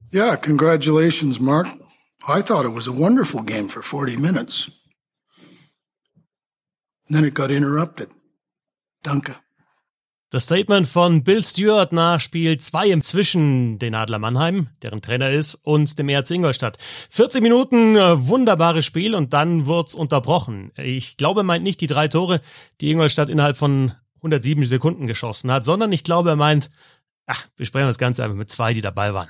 Yeah, congratulations, Mark. I thought it was a wonderful game for 40 minutes. And then it got interrupted. Danke. Das Statement von Bill Stewart nach Spiel 2 zwischen den Adler Mannheim, deren Trainer ist, und dem ERC Ingolstadt. 40 Minuten, wunderbares Spiel und dann wird's unterbrochen. Ich glaube, er meint nicht die 3 Tore, die Ingolstadt innerhalb von 107 Sekunden geschossen hat, sondern ich glaube, er meint, wir sprechen das Ganze einfach mit 2, die dabei waren.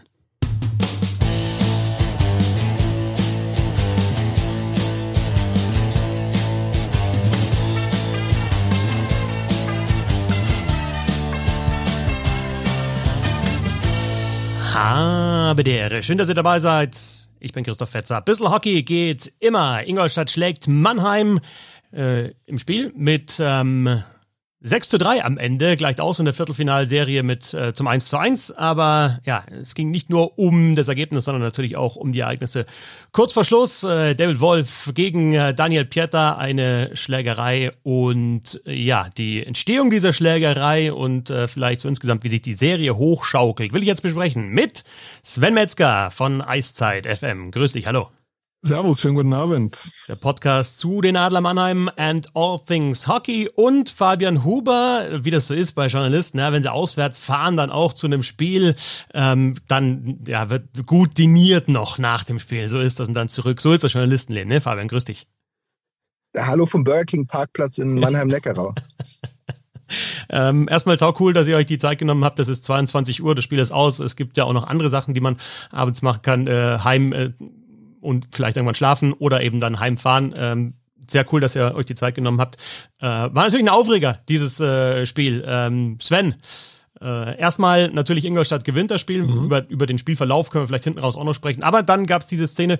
Habe die Ehre. Schön, dass ihr dabei seid. Ich bin Christoph Fetzer. Bissl Hockey geht immer. Ingolstadt schlägt Mannheim im Spiel mit 6:3 am Ende, gleicht aus in der Viertelfinalserie mit zum 1:1, aber ja, es ging nicht nur um das Ergebnis, sondern natürlich auch um die Ereignisse kurz vor Schluss. David Wolf gegen Daniel Pieter, eine Schlägerei und ja, die Entstehung dieser Schlägerei und vielleicht so insgesamt, wie sich die Serie hochschaukelt, will ich jetzt besprechen mit Sven Metzger von Eiszeit FM. Grüß dich, hallo. Servus, schönen guten Abend. Der Podcast zu den Adler Mannheim and All Things Hockey und Fabian Huber, wie das so ist bei Journalisten, wenn sie auswärts fahren, dann auch zu einem Spiel, dann wird gut diniert noch nach dem Spiel. So ist das und dann zurück. So ist das Journalistenleben, ne Fabian? Grüß dich. Hallo vom Burger King Parkplatz in Mannheim-Neckarau. Erstmal sau cool, dass ihr euch die Zeit genommen habt. Das ist 22 Uhr, das Spiel ist aus. Es gibt ja auch noch andere Sachen, die man abends machen kann. Heim und vielleicht irgendwann schlafen oder eben dann heimfahren. Sehr cool, dass ihr euch die Zeit genommen habt. War natürlich ein Aufreger, dieses Spiel. Sven, erstmal natürlich Ingolstadt gewinnt das Spiel. Über den Spielverlauf können wir vielleicht hinten raus auch noch sprechen. Aber dann gab es diese Szene,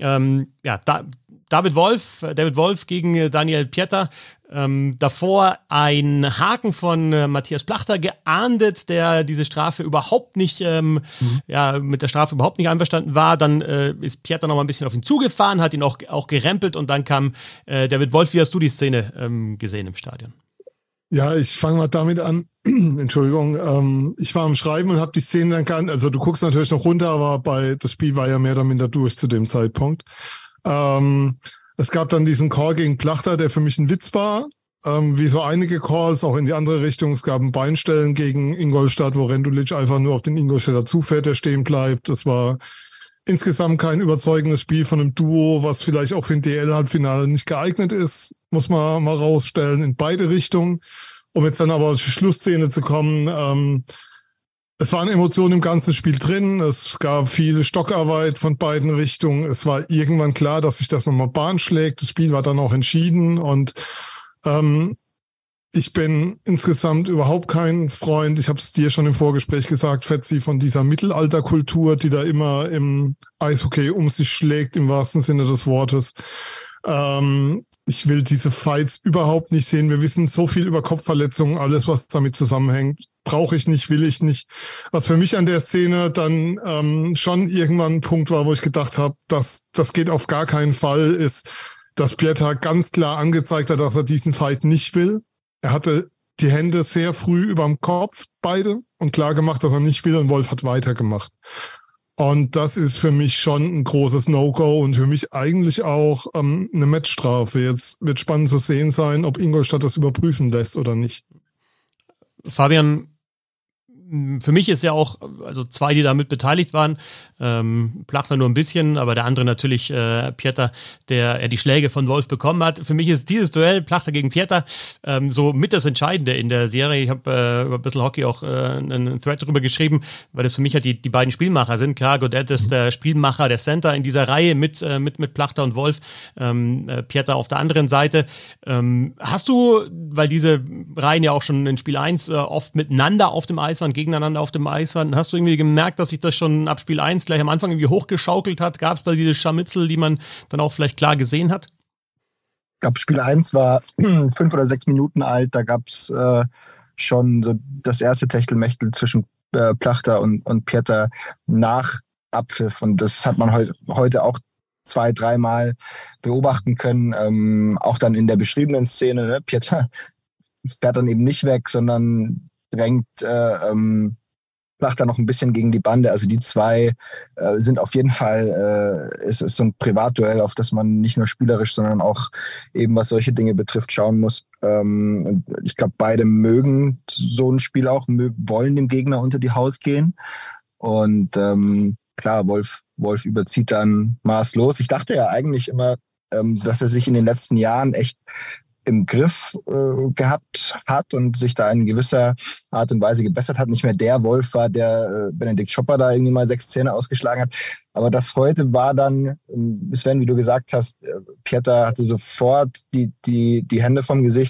David Wolf gegen Daniel Pieter. Davor ein Haken von Matthias Plachter geahndet, der diese Strafe überhaupt nicht, mit der Strafe überhaupt nicht einverstanden war. Dann ist Pieter noch mal ein bisschen auf ihn zugefahren, hat ihn auch gerempelt und dann kam David Wolf. Wie hast du die Szene gesehen im Stadion? Ja, ich fange mal damit an. Entschuldigung. Ich war am Schreiben und habe die Szene dann gekannt. Also du guckst natürlich noch runter, aber das Spiel war ja mehr oder minder durch zu dem Zeitpunkt. Es gab dann diesen Call gegen Plachter, der für mich ein Witz war, wie so einige Calls, auch in die andere Richtung. Es gab ein Beinstellen gegen Ingolstadt, wo Rendulic einfach nur auf den Ingolstädter zufährt, der stehen bleibt. Das war insgesamt kein überzeugendes Spiel von einem Duo, was vielleicht auch für ein DL-Halbfinale nicht geeignet ist, muss man mal rausstellen, in beide Richtungen. Um jetzt dann aber auf die Schlussszene zu kommen, es waren Emotionen im ganzen Spiel drin. Es gab viel Stockarbeit von beiden Richtungen. Es war irgendwann klar, dass sich das nochmal Bahn schlägt. Das Spiel war dann auch entschieden. Und ich bin insgesamt überhaupt kein Freund, ich habe es dir schon im Vorgespräch gesagt, Fetzi, von dieser Mittelalterkultur, die da immer im Eishockey um sich schlägt, im wahrsten Sinne des Wortes. Ich will diese Fights überhaupt nicht sehen. Wir wissen so viel über Kopfverletzungen, alles, was damit zusammenhängt. Brauche ich nicht, will ich nicht. Was für mich an der Szene dann schon irgendwann ein Punkt war, wo ich gedacht habe, das geht auf gar keinen Fall, ist, dass Pieter ganz klar angezeigt hat, dass er diesen Fight nicht will. Er hatte die Hände sehr früh überm Kopf, beide, und klar gemacht, dass er nicht will, und Wolf hat weitergemacht. Und das ist für mich schon ein großes No-Go und für mich eigentlich auch eine Matchstrafe. Jetzt wird spannend zu sehen sein, ob Ingolstadt das überprüfen lässt oder nicht. Fabian, für mich ist ja auch, also 2, die damit beteiligt waren, Plachter nur ein bisschen, aber der andere natürlich Pieter, der die Schläge von Wolf bekommen hat. Für mich ist dieses Duell Plachter gegen Pieter so mit das Entscheidende in der Serie. Ich habe über ein bisschen Hockey auch einen Thread darüber geschrieben, weil das für mich halt die beiden Spielmacher sind. Klar, Godet ist der Spielmacher, der Center in dieser Reihe mit Plachter und Wolf, Pieter auf der anderen Seite. Hast du, weil diese Reihen ja auch schon in Spiel 1 oft miteinander auf dem Eis waren, gegeneinander auf dem Eis waren, hast du irgendwie gemerkt, dass sich das schon ab Spiel 1 gleich am Anfang irgendwie hochgeschaukelt hat? Gab es da diese Scharmützel, die man dann auch vielleicht klar gesehen hat? Ich glaube, Spiel 1 war 5 oder 6 Minuten alt. Da gab es schon so das erste Techtelmechtel zwischen Plachter und Pieter nach Abpfiff. Und das hat man heute auch 2-3 Mal beobachten können. Auch dann in der beschriebenen Szene. Ne? Pieter fährt dann eben nicht weg, sondern drängt Plachter noch ein bisschen gegen die Bande. Also die zwei sind auf jeden Fall, ist so ein Privatduell, auf das man nicht nur spielerisch, sondern auch eben, was solche Dinge betrifft, schauen muss. Ich glaube, beide mögen so ein Spiel auch, wollen dem Gegner unter die Haut gehen. Und klar, Wolf überzieht dann maßlos. Ich dachte ja eigentlich immer, dass er sich in den letzten Jahren echt im Griff gehabt hat und sich da in gewisser Art und Weise gebessert hat. Nicht mehr der Wolf war, der Benedikt Schopper da irgendwie mal 6 Zähne ausgeschlagen hat. Aber das heute war dann, Sven, wie du gesagt hast, Pieter hatte sofort die Hände vom Gesicht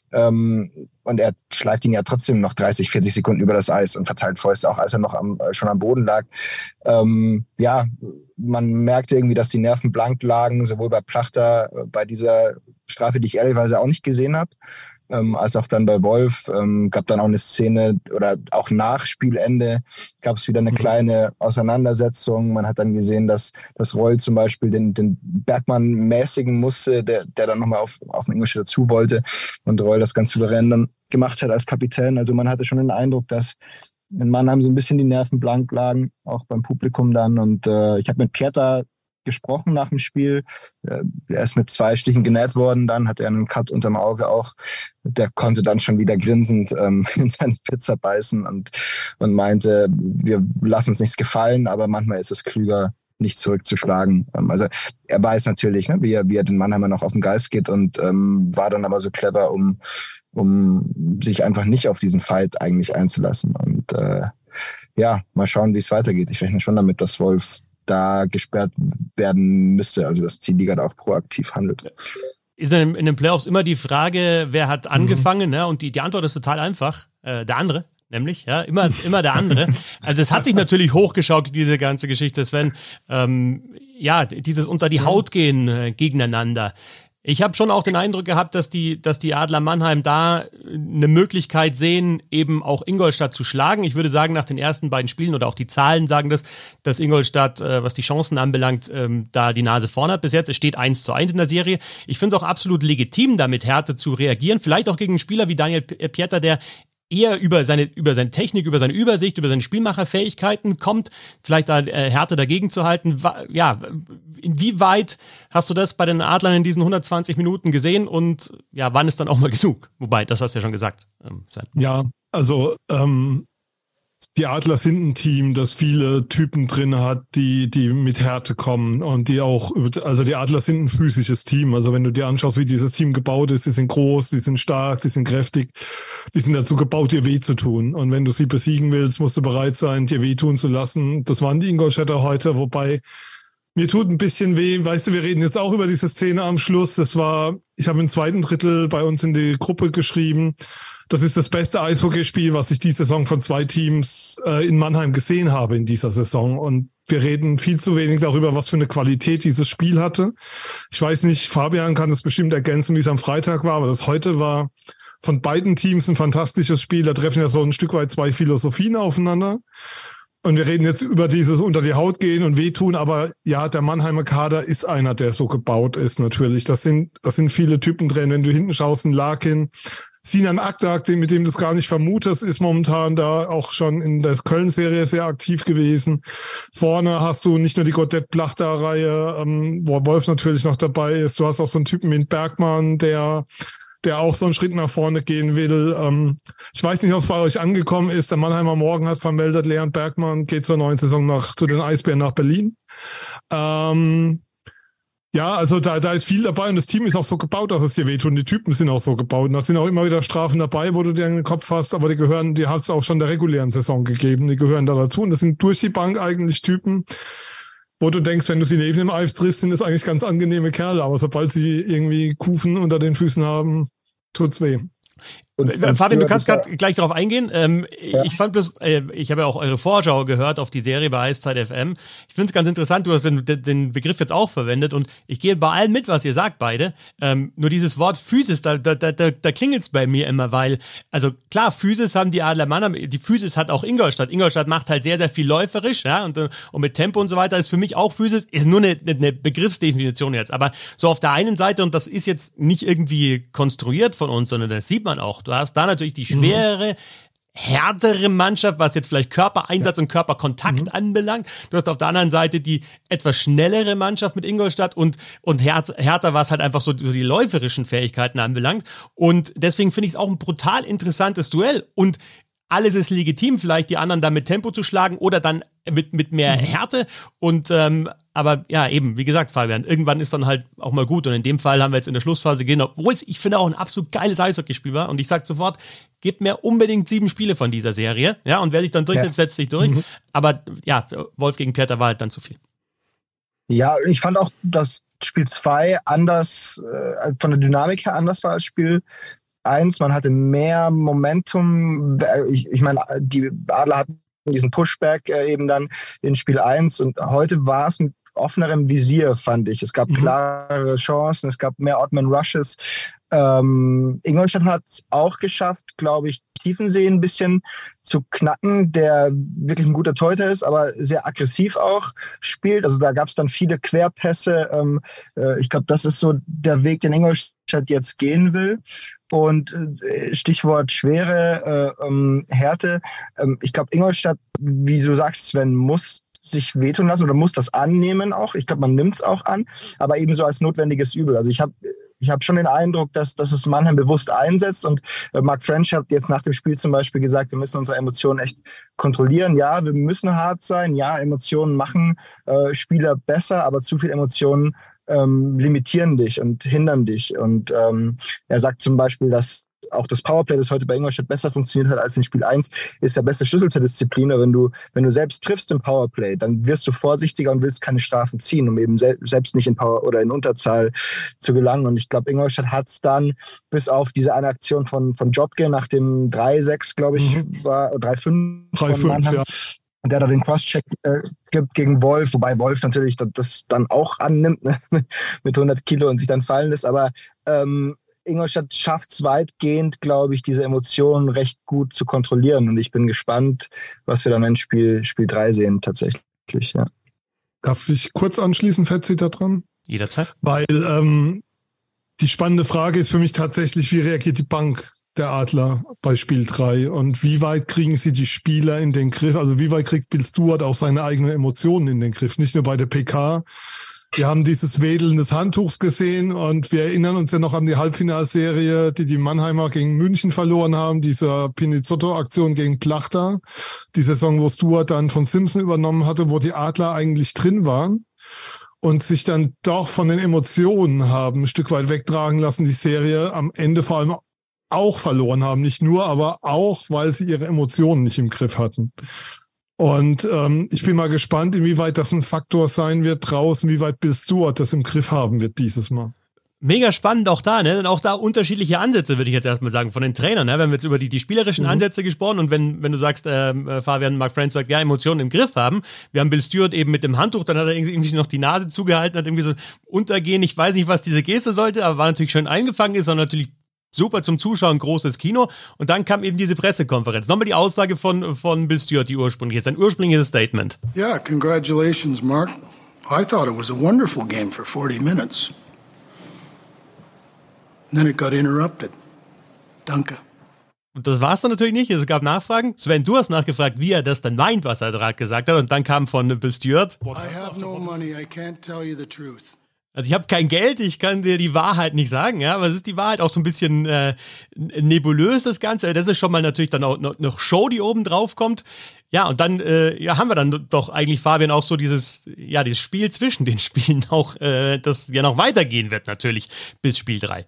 und er schleift ihn ja trotzdem noch 30, 40 Sekunden über das Eis und verteilt Fäuste, auch als er noch schon am Boden lag. Ja, man merkte irgendwie, dass die Nerven blank lagen, sowohl bei Plachter, bei dieser Strafe, die ich ehrlicherweise auch nicht gesehen habe, als auch dann bei Wolf. Gab dann auch eine Szene oder auch nach Spielende gab es wieder eine kleine Auseinandersetzung. Man hat dann gesehen, dass Reul zum Beispiel den Bergmann mäßigen musste, der dann nochmal auf den Ingolstädter zu wollte und Reul das ganz souverän dann gemacht hat als Kapitän. Also man hatte schon den Eindruck, dass in Mannheim so ein bisschen die Nerven blank lagen, auch beim Publikum dann. Und ich habe mit Pieter gesprochen nach dem Spiel. Er ist mit 2 Stichen genäht worden, dann hat er einen Cut unterm Auge auch. Der konnte dann schon wieder grinsend in seine Pizza beißen und meinte, wir lassen uns nichts gefallen, aber manchmal ist es klüger, nicht zurückzuschlagen. Also er weiß natürlich, ne, wie er den Mannheimer noch auf den Geist geht und war dann aber so clever, um sich einfach nicht auf diesen Fight eigentlich einzulassen. Und ja, mal schauen, wie es weitergeht. Ich rechne schon damit, dass Wolf da gesperrt werden müsste, also dass die Liga da auch proaktiv handelt. Ist in den Playoffs immer die Frage, wer hat angefangen, ne? Und die Antwort ist total einfach, der andere. Nämlich, ja, immer der andere. Also es hat sich natürlich hochgeschaukelt, diese ganze Geschichte, Sven. Ja, dieses unter die Haut gehen gegeneinander. Ich habe schon auch den Eindruck gehabt, dass die Adler Mannheim da eine Möglichkeit sehen, eben auch Ingolstadt zu schlagen. Ich würde sagen, nach den ersten beiden Spielen oder auch die Zahlen sagen das, dass Ingolstadt, was die Chancen anbelangt, da die Nase vorne hat bis jetzt. Es steht 1:1 in der Serie. Ich finde es auch absolut legitim, da mit Härte zu reagieren. Vielleicht auch gegen einen Spieler wie Daniel Pieter, der eher über seine Technik, über seine Übersicht, über seine Spielmacherfähigkeiten kommt, vielleicht da Härte dagegen zu halten. Ja, inwieweit hast du das bei den Adlern in diesen 120 Minuten gesehen und ja, wann ist dann auch mal genug? Wobei, das hast du ja schon gesagt. Sven. Ja, also die Adler sind ein Team, das viele Typen drin hat, die mit Härte kommen und die auch, also die Adler sind ein physisches Team. Also wenn du dir anschaust, wie dieses Team gebaut ist, die sind groß, die sind stark, die sind kräftig, die sind dazu gebaut, dir weh zu tun. Und wenn du sie besiegen willst, musst du bereit sein, dir weh tun zu lassen. Das waren die Ingolstädter heute, wobei mir tut ein bisschen weh. Weißt du, wir reden jetzt auch über diese Szene am Schluss. Ich habe im 2. Drittel bei uns in die Gruppe geschrieben, das ist das beste Eishockeyspiel, was ich die Saison von 2 Teams in Mannheim gesehen habe in dieser Saison. Und wir reden viel zu wenig darüber, was für eine Qualität dieses Spiel hatte. Ich weiß nicht, Fabian kann das bestimmt ergänzen, wie es am Freitag war, aber das heute war von beiden Teams ein fantastisches Spiel. Da treffen ja so ein Stück weit 2 Philosophien aufeinander. Und wir reden jetzt über dieses unter die Haut gehen und wehtun, aber ja, der Mannheimer Kader ist einer, der so gebaut ist natürlich. Das sind viele Typen drin. Wenn du hinten schaust, ein Larkin, Sinan Akdag, mit dem du es gar nicht vermutest, ist momentan da auch schon in der Köln-Serie sehr aktiv gewesen. Vorne hast du nicht nur die Gottlieb-Plachter-Reihe, wo Wolf natürlich noch dabei ist. Du hast auch so einen Typen wie Bergmann, der auch so einen Schritt nach vorne gehen will. Ich weiß nicht, ob es bei euch angekommen ist. Der Mannheimer Morgen hat vermeldet, Leon Bergmann geht zur neuen Saison zu den Eisbären nach Berlin. Ja, also da ist viel dabei und das Team ist auch so gebaut, dass es dir wehtut. Und die Typen sind auch so gebaut. Und da sind auch immer wieder Strafen dabei, wo du dir in den Kopf hast, aber die hat es auch schon der regulären Saison gegeben. Die gehören da dazu. Und das sind durch die Bank eigentlich Typen, wo du denkst, wenn du sie neben dem Eis triffst, sind das eigentlich ganz angenehme Kerle. Aber sobald sie irgendwie Kufen unter den Füßen haben, tut's weh. Und Fabian, du kannst gleich darauf eingehen. Ja. Ich fand bloß, ich habe ja auch eure Vorschau gehört auf die Serie bei Eiszeit FM. Ich finde es ganz interessant, du hast den Begriff jetzt auch verwendet und ich gehe bei allem mit, was ihr sagt, beide. Nur dieses Wort Physis, da klingelt es bei mir immer, weil, also klar, Physis haben die Adler Mannheim, die Physis hat auch Ingolstadt. Ingolstadt macht halt sehr, sehr viel läuferisch, ja, und mit Tempo und so weiter ist für mich auch Physis, ist nur eine Begriffsdefinition jetzt. Aber so auf der einen Seite, und das ist jetzt nicht irgendwie konstruiert von uns, sondern das sieht man auch. Du hast da natürlich die schwere, härtere Mannschaft, was jetzt vielleicht Körpereinsatz und Körperkontakt anbelangt. Du hast auf der anderen Seite die etwas schnellere Mannschaft mit Ingolstadt und härter, was halt einfach so die läuferischen Fähigkeiten anbelangt. Und deswegen finde ich es auch ein brutal interessantes Duell. Und alles ist legitim, vielleicht die anderen dann mit Tempo zu schlagen oder dann mit mehr Härte. Und aber ja, eben, wie gesagt, Fabian, irgendwann ist dann halt auch mal gut. Und in dem Fall haben wir jetzt in der Schlussphase gehen, obwohl es, ich finde, auch ein absolut geiles Eishockeyspiel war. Und ich sage sofort, gebt mir unbedingt 7 Spiele von dieser Serie. Ja, und wer sich dann durchsetzt, setzt sich durch. Aber ja, Wolf gegen Pieter war halt dann zu viel. Ja, ich fand auch, dass Spiel 2 anders, von der Dynamik her anders war als Spiel 1. Man hatte mehr Momentum. Ich meine, die Adler hatten diesen Pushback eben dann in Spiel 1 und heute war es mit offenerem Visier, fand ich. Es gab klare Chancen, es gab mehr Odd-Man-Rushes. Ingolstadt hat es auch geschafft, glaube ich, Tiefensee ein bisschen zu knacken, der wirklich ein guter Torhüter ist, aber sehr aggressiv auch spielt. Also da gab es dann viele Querpässe. Ich glaube, das ist so der Weg, den Ingolstadt jetzt gehen will. Und Stichwort Schwere, Härte. Ich glaube, Ingolstadt, wie du sagst, Sven, muss sich wehtun lassen oder muss das annehmen auch. Ich glaube, man nimmt es auch an, aber eben so als notwendiges Übel. Also ich habe schon den Eindruck, dass es Mannheim bewusst einsetzt und Mark French hat jetzt nach dem Spiel zum Beispiel gesagt, wir müssen unsere Emotionen echt kontrollieren. Ja, wir müssen hart sein. Ja, Emotionen machen Spieler besser, aber zu viel Emotionen limitieren dich und hindern dich. Und er sagt zum Beispiel, dass auch das Powerplay, das heute bei Ingolstadt besser funktioniert hat als in Spiel 1, ist der beste Schlüssel zur Disziplin. Wenn du selbst triffst im Powerplay, dann wirst du vorsichtiger und willst keine Strafen ziehen, um eben selbst nicht in Power oder in Unterzahl zu gelangen. Und ich glaube, Ingolstadt hat es dann bis auf diese eine Aktion von Jobke nach dem 3-6, glaube ich, war 3-5. 3-5, ja. Und der da den Crosscheck gibt gegen Wolf, wobei Wolf natürlich das dann auch annimmt, ne, mit 100 Kilo und sich dann fallen lässt. Aber Ingolstadt schafft es weitgehend, glaube ich, diese Emotionen recht gut zu kontrollieren. Und ich bin gespannt, was wir dann in Spiel 3 sehen tatsächlich. Ja. Darf ich kurz anschließen, Fetzi, da dran? Jederzeit. Weil die spannende Frage ist für mich tatsächlich, wie reagiert die Bank der Adler bei Spiel 3 und wie weit kriegen sie die Spieler in den Griff? Also wie weit kriegt Bill Stewart auch seine eigenen Emotionen in den Griff? Nicht nur bei der PK. Wir haben dieses Wedeln des Handtuchs gesehen und wir erinnern uns ja noch an die Halbfinalserie, die Mannheimer gegen München verloren haben, dieser Pinizotto-Aktion gegen Plachter, die Saison, wo Stewart dann von Simpson übernommen hatte, wo die Adler eigentlich drin waren und sich dann doch von den Emotionen haben ein Stück weit wegtragen lassen, die Serie am Ende vor allem auch verloren haben. Nicht nur, aber auch, weil sie ihre Emotionen nicht im Griff hatten. Und ich bin mal gespannt, inwieweit das ein Faktor sein wird draußen, wie weit Bill Stewart das im Griff haben wird dieses Mal. Mega spannend auch da, ne? Und auch da unterschiedliche Ansätze, würde ich jetzt erstmal sagen, von den Trainern, ne? Wir haben jetzt über die spielerischen Ansätze gesprochen und wenn du sagst, Fabian, Mark French sagt, ja, Emotionen im Griff haben. Wir haben Bill Stewart eben mit dem Handtuch, dann hat er irgendwie noch die Nase zugehalten, hat irgendwie so untergehen. Ich weiß nicht, was diese Geste sollte, aber war natürlich schön eingefangen, ist auch natürlich super zum Zuschauen, großes Kino. Und dann kam eben diese Pressekonferenz. Nochmal die Aussage von Bill Stewart, die ursprüngliche ist. Ein ursprüngliches Statement. Yeah, congratulations, Mark. I thought it was a wonderful game for 40 minutes. And then it got interrupted. Danke. Und das war es dann natürlich nicht. Es gab Nachfragen. Sven, du hast nachgefragt, wie er das dann meint, was er gerade gesagt hat. Und dann kam von Bill Stewart: I have no money, I can't tell you the truth. Also ich habe kein Geld, ich kann dir die Wahrheit nicht sagen, ja, aber es ist die Wahrheit auch so ein bisschen nebulös, das Ganze. Das ist schon mal natürlich dann auch noch Show, die oben drauf kommt. Ja, und dann haben wir dann doch eigentlich, Fabian, auch so dieses Spiel zwischen den Spielen auch, das ja noch weitergehen wird natürlich bis Spiel 3.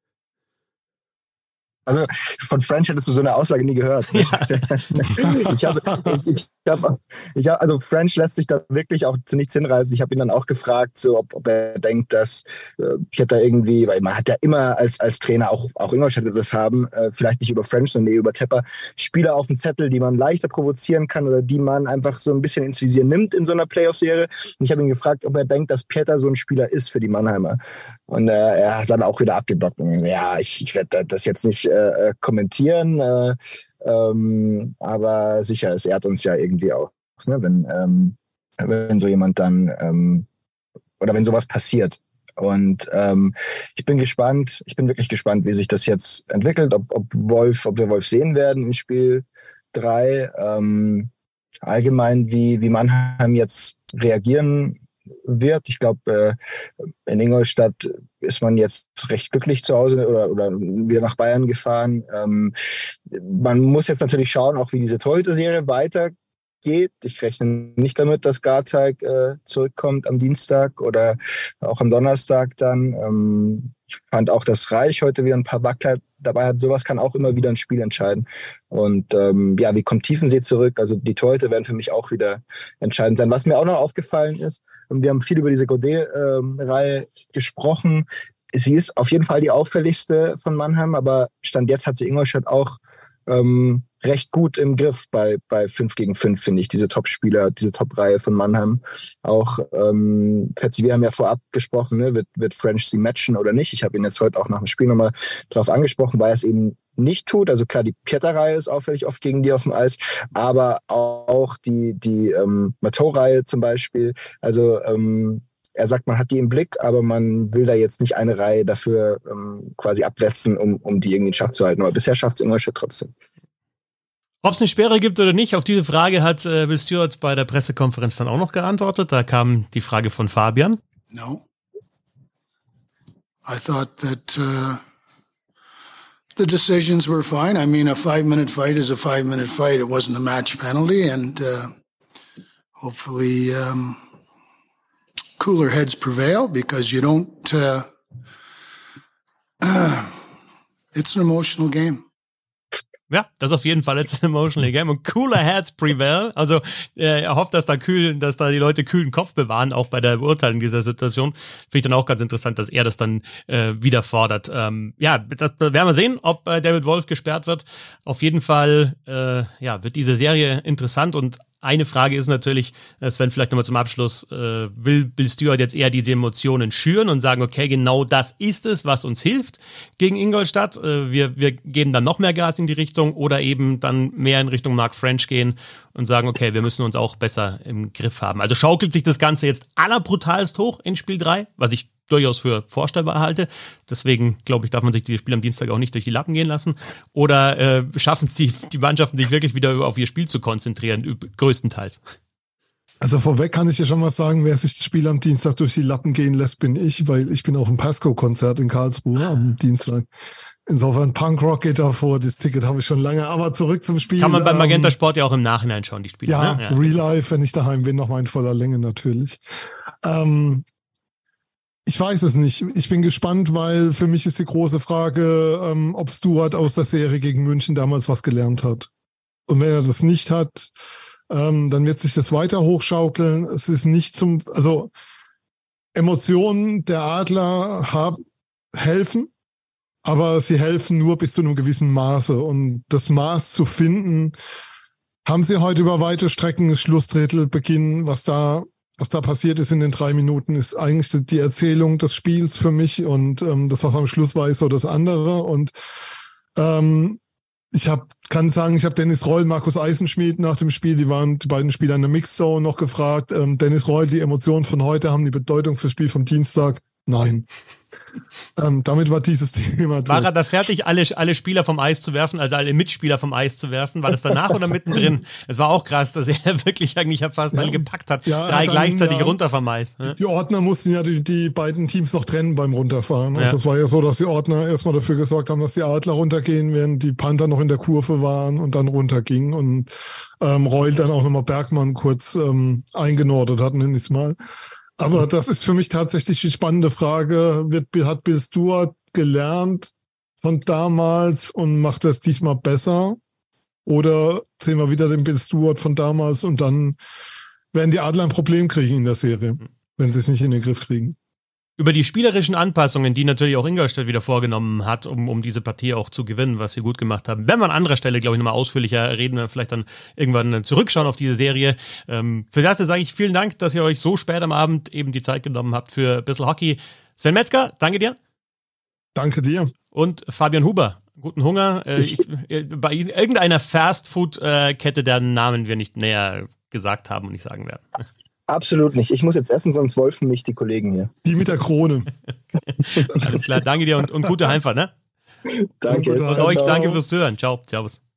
Also von French hättest du so eine Aussage nie gehört. Ja. Also French lässt sich da wirklich auch zu nichts hinreißen. Ich habe ihn dann auch gefragt, so, ob er denkt, dass Pieter irgendwie, weil man hat ja immer als Trainer, auch Ingolstadt wird das haben, vielleicht nicht über French, sondern über Tepper, Spieler auf dem Zettel, die man leichter provozieren kann oder die man einfach so ein bisschen ins Visier nimmt in so einer Playoff-Serie. Und ich habe ihn gefragt, ob er denkt, dass Pieter so ein Spieler ist für die Mannheimer. Und er hat dann auch wieder abgeblockt. Ja, ich werde das jetzt nicht kommentieren, aber sicher, es ehrt uns ja irgendwie auch, ne, wenn so jemand dann oder wenn sowas passiert. Und ich bin wirklich gespannt, wie sich das jetzt entwickelt, ob wir Wolf sehen werden in Spiel 3. Allgemein, wie Mannheim jetzt reagieren wird. Ich glaube, in Ingolstadt ist man jetzt recht glücklich zu Hause oder wieder nach Bayern gefahren. Man muss jetzt natürlich schauen, auch wie diese Torhüter-Serie weitergeht. Ich rechne nicht damit, dass Garteig zurückkommt am Dienstag oder auch am Donnerstag dann. Ich fand auch, dass Reich heute wieder ein paar Wackler dabei hat. Sowas kann auch immer wieder ein Spiel entscheiden. Und wie kommt Tiefensee zurück? Also die Torhüter werden für mich auch wieder entscheidend sein. Was mir auch noch aufgefallen ist, und wir haben viel über diese Godet-Reihe gesprochen, sie ist auf jeden Fall die auffälligste von Mannheim, aber Stand jetzt hat sie Ingolstadt auch recht gut im Griff bei 5 gegen 5, finde ich, diese Top-Spieler, diese Top-Reihe von Mannheim. Auch, Fetzi, wir haben ja vorab gesprochen, ne, wird French sie matchen oder nicht. Ich habe ihn jetzt heute auch nach dem Spiel nochmal drauf angesprochen, weil er es eben nicht tut. Also klar, die Pieter-Reihe ist auffällig oft gegen die auf dem Eis, aber auch die Mateau-Reihe zum Beispiel. Also er sagt, man hat die im Blick, aber man will da jetzt nicht eine Reihe dafür quasi abwetzen, um die irgendwie in Schach zu halten. Aber bisher schafft es Ingolstadt trotzdem. Ob es eine Sperre gibt oder nicht, auf diese Frage hat Bill Stewart bei der Pressekonferenz dann auch noch geantwortet. Da kam die Frage von Fabian. No. I thought that the decisions were fine. I mean, a 5-minute fight is a 5-minute fight. It wasn't a match penalty, and hopefully cooler heads prevail, because you don't it's an emotional game. Ja, das ist auf jeden Fall jetzt ein emotional game und cooler heads prevail. Also er hofft, dass da die Leute kühlen Kopf bewahren, auch bei der Beurteilung dieser Situation. Finde ich dann auch ganz interessant, dass er das dann wieder fordert. Das werden wir sehen, ob David Wolf gesperrt wird. Auf jeden Fall wird diese Serie interessant, und eine Frage ist natürlich, Sven, vielleicht nochmal zum Abschluss, will Bill Stewart jetzt eher diese Emotionen schüren und sagen, okay, genau das ist es, was uns hilft gegen Ingolstadt. Wir geben dann noch mehr Gas in die Richtung, oder eben dann mehr in Richtung Mark French gehen und sagen, okay, wir müssen uns auch besser im Griff haben. Also schaukelt sich das Ganze jetzt allerbrutalst hoch in Spiel 3, was ich durchaus für vorstellbar halte. Deswegen, glaube ich, darf man sich dieses Spiel am Dienstag auch nicht durch die Lappen gehen lassen. Oder schaffen es die Mannschaften, sich wirklich wieder auf ihr Spiel zu konzentrieren, größtenteils? Also vorweg kann ich dir schon was sagen, wer sich das Spiel am Dienstag durch die Lappen gehen lässt, bin ich, weil ich bin auf dem Pasco-Konzert in Karlsruhe am Dienstag. Insofern Punkrock geht davor, das Ticket habe ich schon lange, aber zurück zum Spiel. Kann man beim Magenta Sport ja auch im Nachhinein schauen, die Spiele. Ja, ne? Real Life, wenn ich daheim bin, nochmal in voller Länge natürlich. Ich weiß es nicht. Ich bin gespannt, weil für mich ist die große Frage, ob Stewart aus der Serie gegen München damals was gelernt hat. Und wenn er das nicht hat, dann wird sich das weiter hochschaukeln. Es ist nicht Emotionen der Adler helfen, aber sie helfen nur bis zu einem gewissen Maße. Und das Maß zu finden, haben sie heute über weite Strecken, das Schlussdrittel, Beginn, was da passiert ist in den 3 Minuten, ist eigentlich die Erzählung des Spiels für mich, und das, was am Schluss war, ist so das andere. Und ich habe Dennis Reul, Markus Eisenschmidt nach dem Spiel, die beiden Spieler in der Mixzone noch gefragt. Dennis Reul, die Emotionen von heute haben die Bedeutung fürs Spiel vom Dienstag? Nein. Damit war dieses Thema durch. War er da fertig, alle Spieler vom Eis zu werfen, also alle Mitspieler vom Eis zu werfen? War das danach oder mittendrin? Es war auch krass, dass er wirklich eigentlich fast alle gepackt hat. Ja, 3 gleichzeitig runter vom Eis. Ne? Die Ordner mussten ja die beiden Teams noch trennen beim Runterfahren. Also es war ja so, dass die Ordner erstmal dafür gesorgt haben, dass die Adler runtergehen, während die Panther noch in der Kurve waren und dann runtergingen. Und Reul dann auch nochmal Bergmann kurz eingenordet hat, nenne ich es mal. Aber das ist für mich tatsächlich die spannende Frage. Hat Bill Stewart gelernt von damals und macht das diesmal besser? Oder sehen wir wieder den Bill Stewart von damals, und dann werden die Adler ein Problem kriegen in der Serie, wenn sie es nicht in den Griff kriegen? Über die spielerischen Anpassungen, die natürlich auch Ingolstadt wieder vorgenommen hat, um diese Partie auch zu gewinnen, was sie gut gemacht haben, werden wir an anderer Stelle, glaube ich, nochmal ausführlicher reden, wenn wir vielleicht dann irgendwann zurückschauen auf diese Serie. Für das sage ich vielen Dank, dass ihr euch so spät am Abend eben die Zeit genommen habt für ein bisschen Hockey. Sven Metzger, danke dir. Danke dir. Und Fabian Huber, guten Hunger. Bei irgendeiner Fast-Food-Kette, deren Namen wir nicht näher gesagt haben und nicht sagen werden. Absolut nicht. Ich muss jetzt essen, sonst wolfen mich die Kollegen hier. Die mit der Krone. Alles klar, danke dir und gute Heimfahrt, ne? Danke. Und euch danke fürs Zuhören. Ciao, servus.